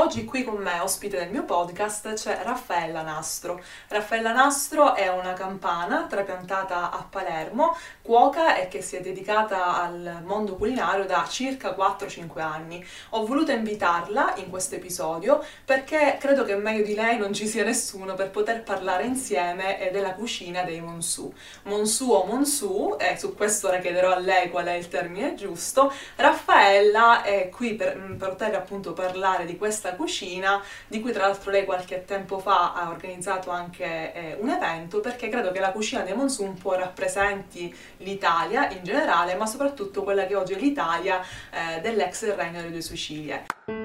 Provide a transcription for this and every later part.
Oggi qui con me, ospite del mio podcast, c'è Raffaella Nastro. Raffaella Nastro è una campana trapiantata a Palermo, cuoca e che si è dedicata al mondo culinario da circa 4-5 anni. Ho voluto invitarla in questo episodio perché credo che meglio di lei non ci sia nessuno per poter parlare insieme della cucina dei Monsu. Monsu o Monsu, e su questo ora chiederò a lei qual è il termine giusto. Raffaella è qui per poter appunto parlare di questa cucina, di cui tra l'altro lei qualche tempo fa ha organizzato anche un evento, perché credo che la cucina dei Monsu un po' rappresenti l'Italia in generale, ma soprattutto quella che oggi è l'Italia dell'ex Regno delle Due Sicilie.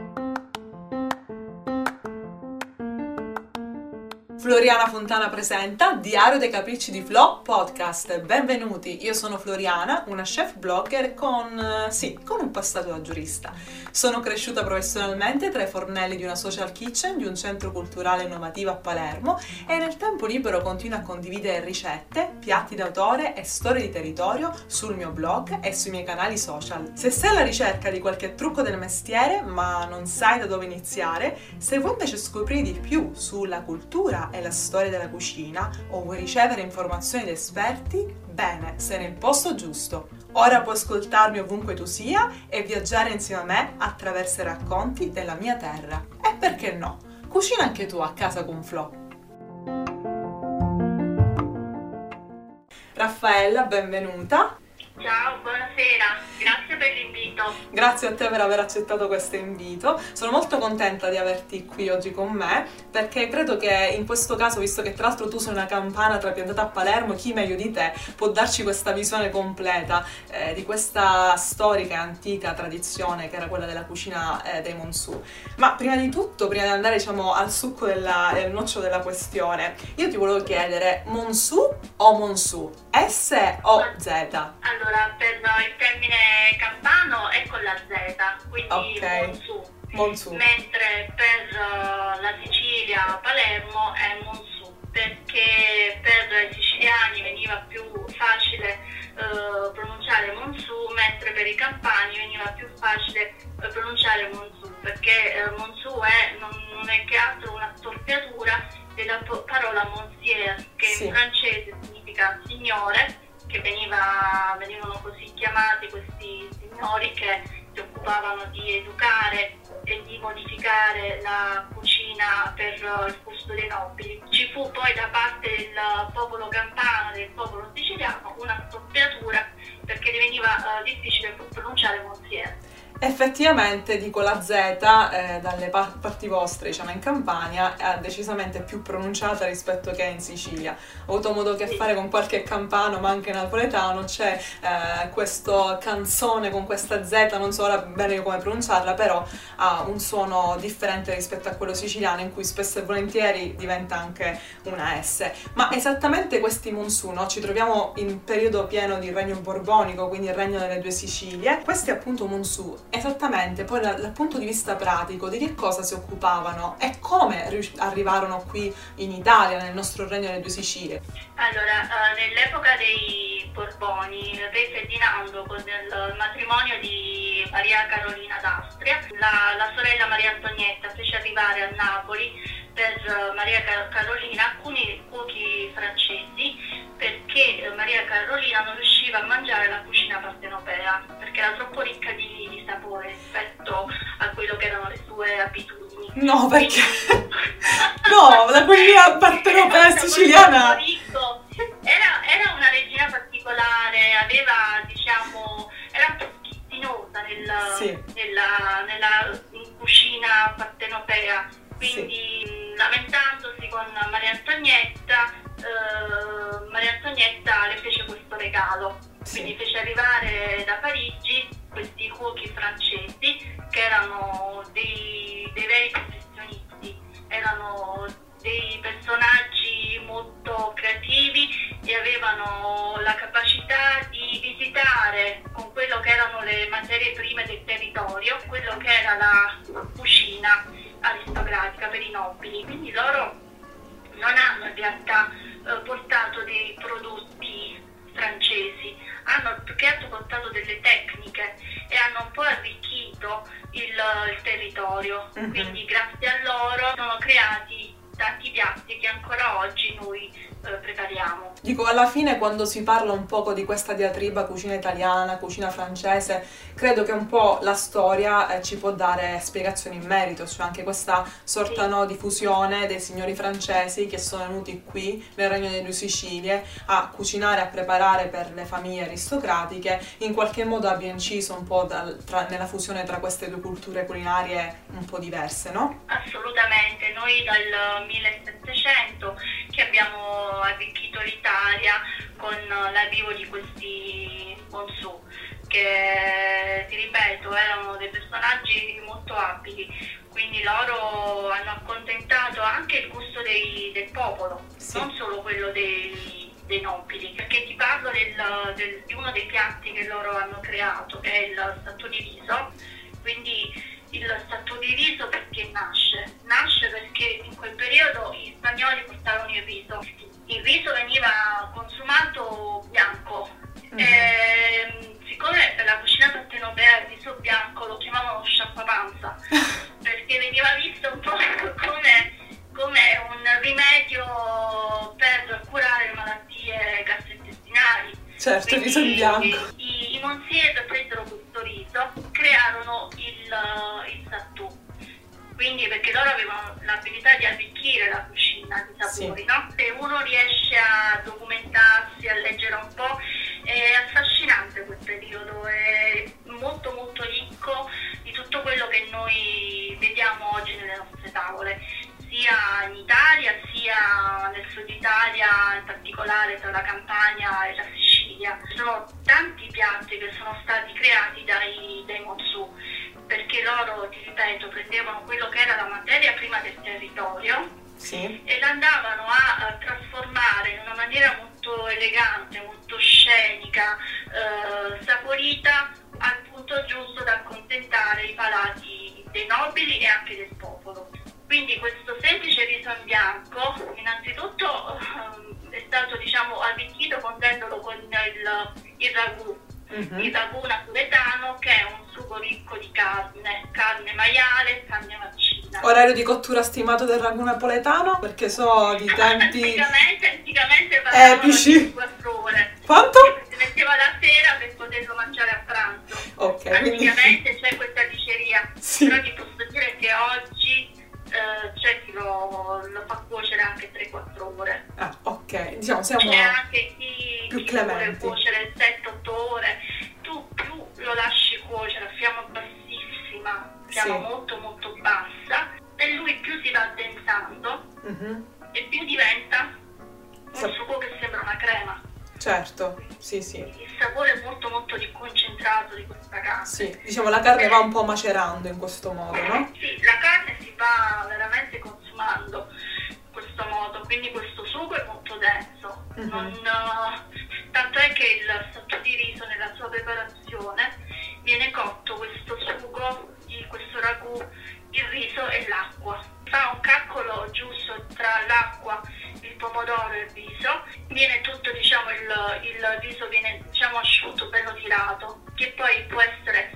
Floriana Fontana presenta Diario dei Capricci di Flo Podcast. Benvenuti, io sono Floriana, una chef blogger con un passato da giurista. Sono cresciuta professionalmente tra i fornelli di una social kitchen di un centro culturale innovativo a Palermo e nel tempo libero continuo a condividere ricette, piatti d'autore e storie di territorio sul mio blog e sui miei canali social. Se sei alla ricerca di qualche trucco del mestiere ma non sai da dove iniziare, se vuoi invece scoprire di più sulla cultura e la storia della cucina o vuoi ricevere informazioni da esperti, bene, sei nel posto giusto. Ora puoi ascoltarmi ovunque tu sia e viaggiare insieme a me attraverso i racconti della mia terra. E perché no? Cucina anche tu a casa con Flo. Raffaella, benvenuta. Ciao, buonasera, grazie per l'invito. Grazie a te per aver accettato questo invito. Sono molto contenta di averti qui oggi con me perché credo che in questo caso, visto che tra l'altro tu sei una campana trapiantata a Palermo, chi meglio di te può darci questa visione completa di questa storica e antica tradizione che era quella della cucina dei Monsu. Ma prima di tutto, prima di andare al succo del nocciolo della questione, io ti volevo chiedere Monsu o Monsu? S o Z? Allora, per il termine campano è con la Z, quindi okay. Monsu. Mentre per la Sicilia, Palermo è Monsu, perché per i siciliani veniva più facile pronunciare Monsu, mentre per i campani veniva più facile pronunciare Monsu, perché Monsu non è che altro una storpiatura della parola monsieur, che in francese significa signore, che venivano così chiamati questi signori che si occupavano di educare e di modificare la cucina per il gusto dei nobili. Ci fu poi da parte del popolo campano e del popolo siciliano una storpiatura perché diveniva difficile pronunciare monsieur. Effettivamente dico la Z dalle parti vostre, in Campania, è decisamente più pronunciata rispetto che in Sicilia. Ho avuto modo che fare con qualche campano, ma anche napoletano, c'è questo canzone con questa Z, non so ora bene come pronunciarla, però ha un suono differente rispetto a quello siciliano, in cui spesso e volentieri diventa anche una S. Ma esattamente questi Monsu, no? Ci troviamo in periodo pieno di regno borbonico, quindi il regno delle due Sicilie. Questi appunto Monsu, esattamente, poi dal punto di vista pratico, di che cosa si occupavano e come arrivarono qui in Italia, nel nostro regno delle due Sicilie? Allora, nell'epoca dei Borboni, il re Ferdinando, con il matrimonio di Maria Carolina d'Austria, la sorella Maria Antonietta fece arrivare a Napoli per Maria Carolina alcuni cuochi francesi, perché Maria Carolina non riusciva a mangiare la cucina partenopea perché era troppo ricca di sapore rispetto a quello che erano le sue abitudini. No, perché no, la cucina partenopea siciliana era una regina particolare, aveva era un po' schizzinosa nella cucina partenopea, quindi lamentandosi con Maria Antonietta le fece questo regalo, quindi fece arrivare da Parigi questi cuochi francesi che erano dei veri professionisti, erano dei personaggi molto creativi e avevano la capacità di visitare con quello che erano le materie prime del territorio, quello che era la cucina aristocratica per i nobili, quindi loro non hanno in realtà portato dei prodotti francesi, hanno più che altro portato delle tecniche e hanno un po' arricchito il territorio. Quindi grazie a loro sono creati tanti piatti che ancora oggi noi prepariamo. Dico, alla fine quando si parla un poco di questa diatriba cucina italiana, cucina francese, credo che un po' la storia ci può dare spiegazioni in merito, cioè anche questa sorta di fusione dei signori francesi che sono venuti qui nel Regno delle Due Sicilie a cucinare, a preparare per le famiglie aristocratiche, in qualche modo abbia inciso un po' nella fusione tra queste due culture culinarie un po' diverse, no? Assolutamente, noi dal 1700 che abbiamo arricchito l'Italia con l'arrivo di questi Monceau, che ti ripeto erano dei personaggi molto abili, quindi loro hanno accontentato anche il gusto del popolo, non solo quello dei nobili, perché ti parlo di uno dei piatti che loro hanno creato, che è il statù di riso. Quindi il statù di riso perché nasce? Nasce perché in quel periodo gli spagnoli portarono il riso. Il riso veniva consumato bianco. Siccome per la cucina partenopea il riso bianco lo chiamavano sciacquapanza, perché veniva visto un po' come un rimedio per curare le malattie gastrointestinali. Certo, il riso in bianco. I Monceau presero questo riso, crearono il statù. Quindi perché loro avevano l'abilità di arricchire la cucina di sapori, no? Se uno riesce a documentarsi, a leggere un po', è affascinante quel periodo, è molto molto ricco di tutto quello che noi vediamo oggi nelle nostre tavole, sia in Italia sia nel sud Italia, in particolare tra la Campania e la Sicilia. Ci sono tanti piatti che sono stati creati dai Monceau, perché loro, ti ripeto, prendevano quello che era la materia prima del territorio e la andavano a trasformare in una maniera molto elegante, molto scenica, saporita, al punto giusto da accontentare i palati dei nobili e anche del popolo. Quindi questo semplice riso in bianco, innanzitutto è stato arricchito condendolo con il ragù. Il ragù napoletano, che è un sugo ricco di carne maiale, carne vaccina. Orario di cottura stimato del ragù napoletano? Perché so di tempi anticamente parlavano di 4 ore. Quanto? Si metteva la sera per poterlo mangiare a pranzo. Anticamente c'è questa diceria, però ti posso dire che oggi c'è chi lo fa cuocere anche 3-4 ore. Ah, ok, diciamo siamo c'è anche chi clementi. Vuole cuocere 7-8 ore. Tu più lo lasci cuocere a fiamma bassissima, fiamma molto molto bassa, e lui più si va addensando e più diventa un sugo che sembra una crema. Certo, sì. Il sapore è molto molto concentrato di questa carne. Sì, diciamo la carne va un po' macerando in questo modo, no? Sì, la carne si va veramente consumando in questo modo, quindi questo sugo è molto denso. Tanto è che il statù di riso nella sua preparazione viene cotto questo sugo di questo ragù, il riso e l'acqua. Fa un calcolo giusto tra l'acqua, il pomodoro e il riso, viene tutto il riso viene asciutto, bello tirato, che poi può essere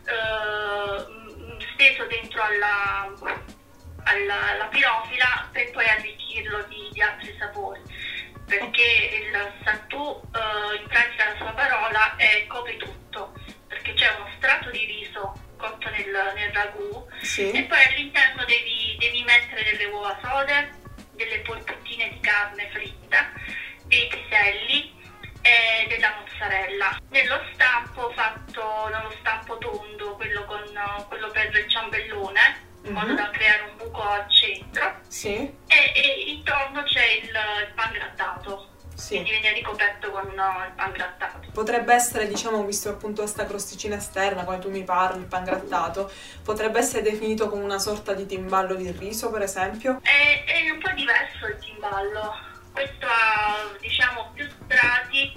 steso dentro alla pirofila per poi arricchirlo di altri sapori, perché il statù in pratica la sua parola copre tutto, perché c'è uno strato di riso cotto nel ragù e poi all'interno devi mettere delle uova sode, delle polpettine di carne fritta, dei piselli e della mozzarella. Nello stampo tondo, quello per il ciambellone, in modo da creare un buco al centro, e intorno c'è il pangrattato. Quindi viene ricoperto con il pangrattato. Potrebbe essere, visto appunto questa crosticina esterna, come tu mi parli, il pangrattato, potrebbe essere definito come una sorta di timballo di riso, per esempio? È un po' diverso il timballo. Questo ha, più strati,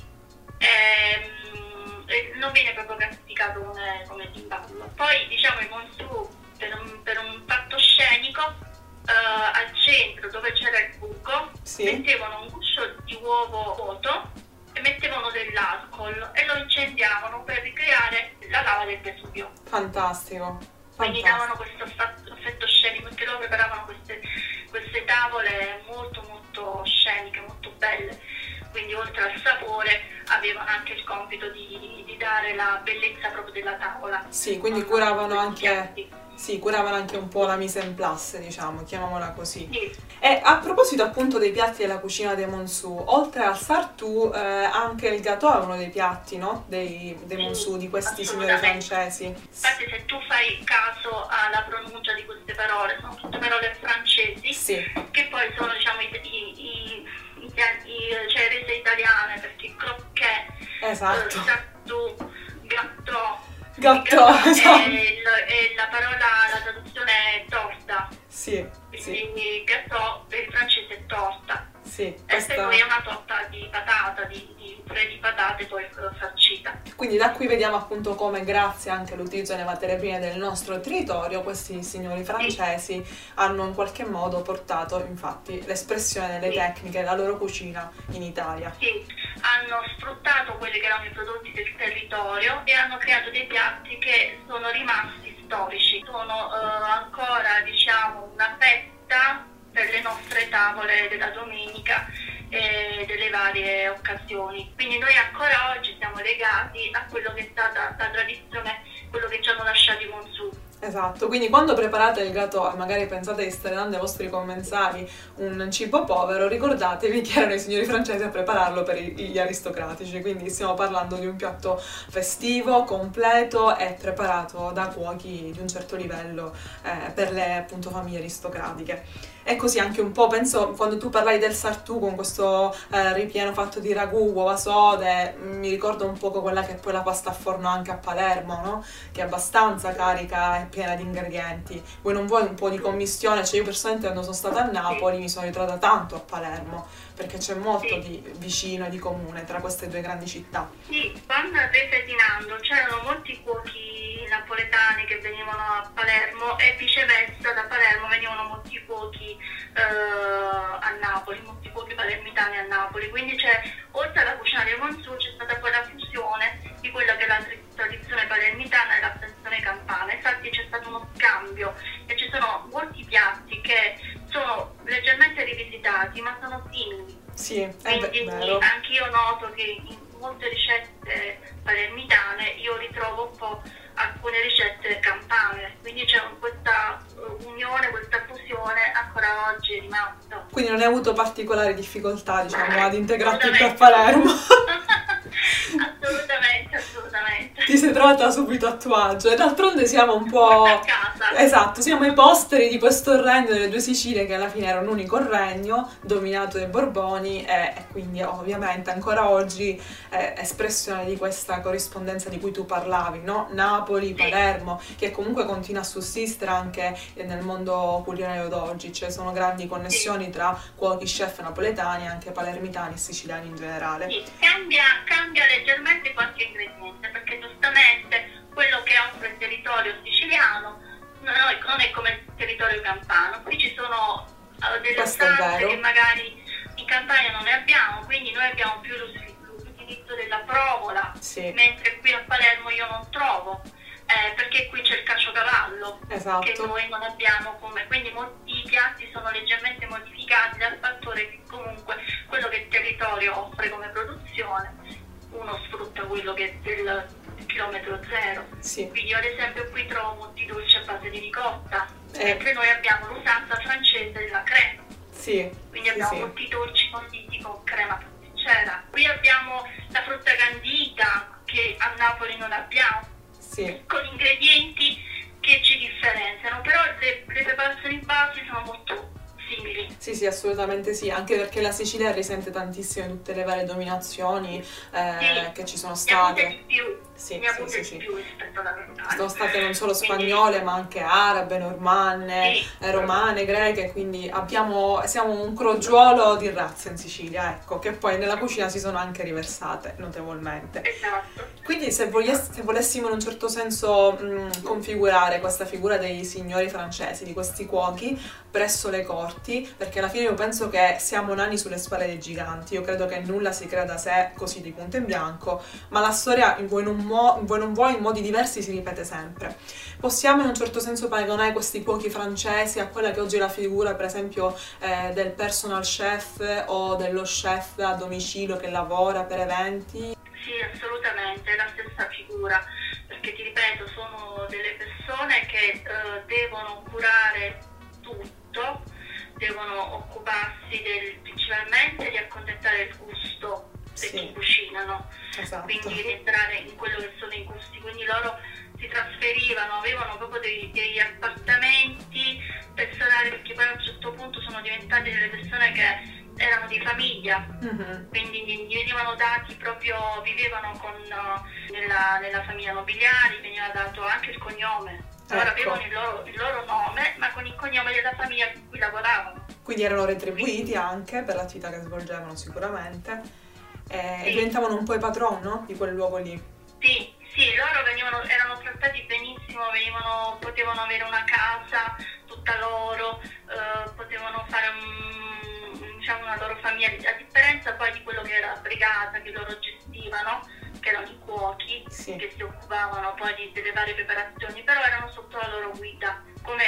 non viene proprio classificato come timballo. Poi, il Monceau, per un fatto scenico, al centro dove c'era il buco mettevano un guscio di uovo vuoto e mettevano dell'alcol e lo incendiavano per ricreare la lava del Vesuvio. Fantastico. quindi davano questo effetto scenico, perché loro preparavano queste tavole molto molto sceniche, molto belle, quindi oltre al sapore avevano anche il compito di dare la bellezza proprio della tavola. Sì, quindi curavano anche un po' la mise en place, diciamo, chiamiamola così. Sì. E a proposito appunto dei piatti della cucina dei Monzù, oltre al sartù, anche il gâteau è uno dei piatti, no? Dei Monzù, di questi signori francesi. Infatti se tu fai caso alla pronuncia di queste parole, sono tutte parole francesi, sì, che poi sono, diciamo, cioè rese italiane, perché croquet, esatto, sartù, gâteau. Esatto. E la parola, la traduzione è torta. Sì, quindi gâteau per il francese è torta. Sì, e per noi è una torta di patata, di purè di patate poi farcita. Quindi da qui vediamo appunto come, grazie anche all'utilizzo delle materie prime del nostro territorio, questi signori francesi hanno in qualche modo portato infatti l'espressione delle tecniche della loro cucina in Italia. Sì, hanno sfruttato quelli che erano i prodotti del territorio e hanno creato dei piatti che sono rimasti storici, sono ancora, diciamo, una fetta per le nostre tavole della domenica e delle varie occasioni. Quindi noi ancora oggi siamo legati a quello che è stata la tradizione, quello che ci hanno lasciato i Monzù. Esatto, quindi quando preparate il gâteau, magari pensate di stare dando ai vostri commensali un cibo povero, ricordatevi che erano i signori francesi a prepararlo per gli aristocratici, quindi stiamo parlando di un piatto festivo, completo e preparato da cuochi di un certo livello per le appunto famiglie aristocratiche. E così anche un po', penso, quando tu parlai del sartù con questo ripieno fatto di ragù, uova sode, mi ricordo un poco quella che è poi la pasta a forno anche a Palermo, no? Che è abbastanza carica e piena di ingredienti. Voi non vuoi un po' di commistione? Cioè io personalmente quando sono stata a Napoli mi sono ritrovata tanto a Palermo, perché c'è molto di vicino e di comune tra queste due grandi città. Sì, quando Repetinando c'erano molti cuochi napoletani che venivano a Palermo e viceversa da Palermo venivano molti cuochi a Napoli, molti cuochi palermitani a Napoli, quindi oltre alla cucina dei Monzù c'è stata poi la fusione di quella che è la tradizione palermitana e la tradizione campana. Infatti c'è stato uno scambio e ci sono molti piatti che sono leggermente rivisitati ma sono simili. Sì, quindi vero. Anche io noto che in molte ricette palermitane io ritrovo un po' alcune ricette campane, quindi c'è questa unione, questa fusione ancora oggi è rimasta. Quindi non hai avuto particolari difficoltà, diciamo, ad integrarti qui a Palermo? Assolutamente. Ti sei trovata subito a tuo agio e d'altronde siamo un po'... a casa. Esatto, siamo i posteri di questo regno delle due Sicilie che alla fine era un unico regno dominato dai Borboni e quindi ovviamente ancora oggi è espressione di questa corrispondenza di cui tu parlavi, no? Napoli, Palermo, che comunque continua a sussistere anche nel mondo culinario d'oggi, cioè sono grandi connessioni tra cuochi chef napoletani, anche palermitani e siciliani in generale. Sì, cambia leggermente qualche ingrediente, perché giustamente quello che offre il territorio siciliano non è come il territorio campano. Qui ci sono delle usanze che magari in Campania non ne abbiamo, quindi noi abbiamo più l'utilizzo della provola, mentre qui a Palermo io non trovo, perché qui c'è il caciocavallo, che noi non abbiamo quindi molti piatti sono leggermente modificati dal fattore che comunque quello che il territorio offre come produzione, uno sfrutta quello che è del chilometro zero. Quindi io ad esempio qui trovo molti dolci a base di ricotta, mentre noi abbiamo l'usanza francese della crema. Quindi abbiamo molti dolci conditi con crema pasticcera. Qui abbiamo la frutta candita che a Napoli non abbiamo, con ingredienti che ci differenziano, però le preparazioni basi sono molto simili. Sì, assolutamente sì, anche perché la Sicilia risente tantissimo di tutte le varie dominazioni che ci sono state. Ne ha avute di più rispetto alla normale. Sono state non solo spagnole ma anche arabe, normanne, romane, greche, quindi siamo un crogiuolo di razze in Sicilia, ecco, che poi nella cucina si sono anche riversate notevolmente. Esatto. Quindi se volessimo in un certo senso configurare questa figura dei signori francesi, di questi cuochi presso le corti, perché alla fine io penso che siamo nani sulle spalle dei giganti, io credo che nulla si crea da sé così di punto in bianco, ma la storia vuoi non vuoi in modi diversi si ripete mangerete sempre. Possiamo in un certo senso paragonare questi cuochi francesi a quella che oggi è la figura, per esempio, del personal chef o dello chef a domicilio che lavora per eventi? Sì, assolutamente, è la stessa figura, perché ti ripeto, sono delle persone che devono curare tutto, devono occuparsi principalmente di accontentare il gusto di chi cucinano, esatto. Quindi rientrare in quello che sono i gusti, quindi loro si trasferivano, avevano proprio degli appartamenti personali, perché poi a un certo punto sono diventati delle persone che erano di famiglia, quindi gli venivano dati proprio, vivevano nella famiglia Nobiliari, veniva dato anche il cognome. Allora avevano il loro nome, ma con il cognome della famiglia con cui lavoravano. Quindi erano retribuiti anche per l'attività che svolgevano sicuramente, e diventavano un po' i patrono di quel luogo lì. Sì, loro erano trattati benissimo, potevano avere una casa tutta loro, potevano fare una loro famiglia, a differenza poi di quello che era la brigata che loro gestivano, che erano i cuochi, che si occupavano poi delle varie preparazioni, però erano sotto la loro guida,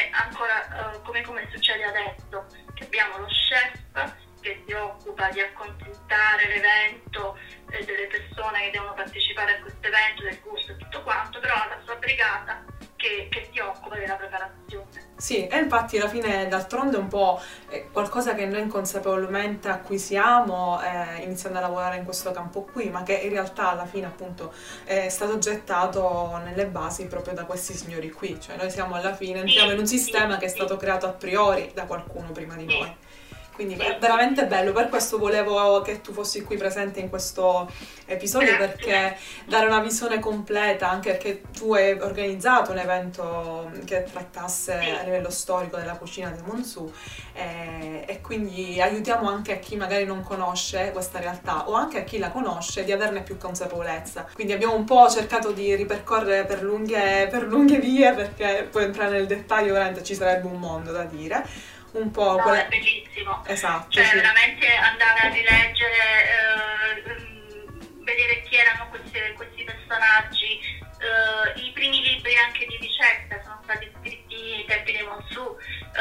come succede adesso, che abbiamo lo chef che si occupa di accontentare l'evento, delle persone che devono partecipare a questo evento, del gusto e tutto quanto, però ha la sua brigata che si occupa della preparazione. Sì, e infatti alla fine d'altronde è un po' qualcosa che noi inconsapevolmente acquisiamo iniziando a lavorare in questo campo qui, ma che in realtà alla fine appunto è stato gettato nelle basi proprio da questi signori qui, cioè noi siamo alla fine, entriamo in un sistema che è stato creato a priori da qualcuno prima di noi. Quindi è veramente bello, per questo volevo che tu fossi qui presente in questo episodio, perché dare una visione completa, anche perché tu hai organizzato un evento che trattasse a livello storico della cucina del Monzù, e quindi aiutiamo anche a chi magari non conosce questa realtà o anche a chi la conosce di averne più consapevolezza. Quindi abbiamo un po' cercato di ripercorrere per lunghe vie, perché poi entrare nel dettaglio veramente ci sarebbe un mondo da dire. Un po' è bellissimo, esatto, cioè veramente andare a rileggere, vedere chi erano questi personaggi, i primi libri anche di ricette sono stati scritti ai tempi dei Monzù,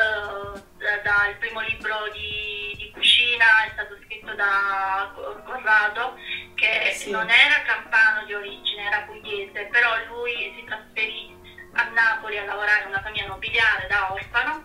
il primo libro di cucina è stato scritto da Corrado, che non era campano di origine, era pugliese, però lui si trasferì a Napoli a lavorare in una famiglia nobiliare da orfano,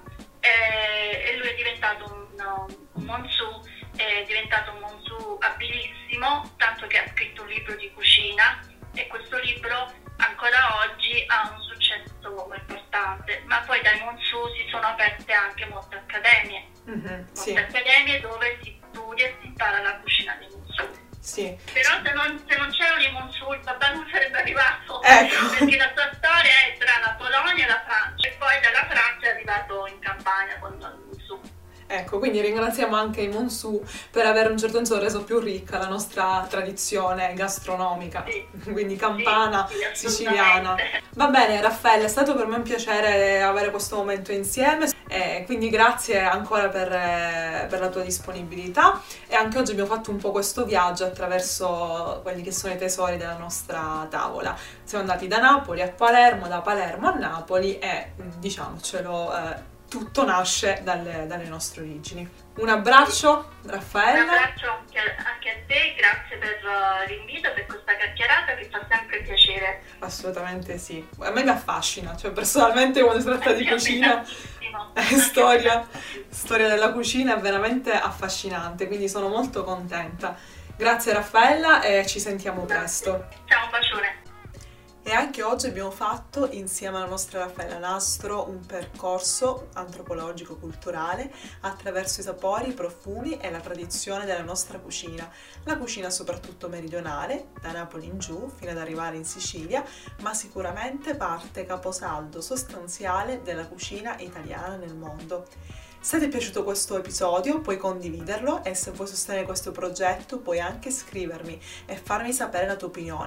e lui è diventato un Monzù, è diventato un Monzù abilissimo, tanto che ha scritto un libro di cucina, e questo libro ancora oggi ha un successo importante, ma poi dai Monzù si sono aperte anche molte accademie, accademie dove si studia e si impara la cucina dei Monzù. Sì. Però se non c'erano i Monzù, il babà non sarebbe arrivato, ecco. Perché la sua storia è tra la Polonia e la Francia, e poi dalla Francia è arrivato in Campania con il Monzù. Ecco, quindi ringraziamo anche i Monzù per aver in un certo senso reso più ricca la nostra tradizione gastronomica, quindi campana, siciliana. Va bene Raffaella, è stato per me un piacere avere questo momento insieme, quindi grazie ancora per la tua disponibilità, e anche oggi abbiamo fatto un po' questo viaggio attraverso quelli che sono i tesori della nostra tavola. Siamo andati da Napoli a Palermo, da Palermo a Napoli, e diciamocelo, tutto nasce dalle nostre origini. Un abbraccio Raffaella. Un abbraccio anche a te, grazie per l'invito, per questa chiacchierata che fa sempre piacere. Assolutamente sì, a me mi affascina, cioè personalmente quando si tratta di cucina, storia della cucina è veramente affascinante, quindi sono molto contenta. Grazie Raffaella e ci sentiamo presto. Ciao, un bacione. E anche oggi abbiamo fatto, insieme alla nostra Raffaella Nastro, un percorso antropologico-culturale attraverso i sapori, i profumi e la tradizione della nostra cucina. La cucina soprattutto meridionale, da Napoli in giù, fino ad arrivare in Sicilia, ma sicuramente parte caposaldo sostanziale della cucina italiana nel mondo. Se ti è piaciuto questo episodio puoi condividerlo, e se vuoi sostenere questo progetto puoi anche scrivermi e farmi sapere la tua opinione.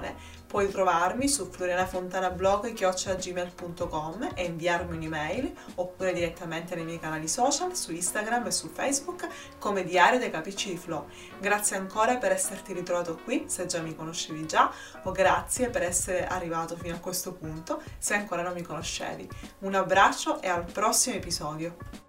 Puoi trovarmi su florianafontanablog@gmail.com e inviarmi un'email, oppure direttamente nei miei canali social, su Instagram e su Facebook, come Diario dei Capricci di Flo. Grazie ancora per esserti ritrovato qui, se già mi conoscevi già, o grazie per essere arrivato fino a questo punto, se ancora non mi conoscevi. Un abbraccio e al prossimo episodio!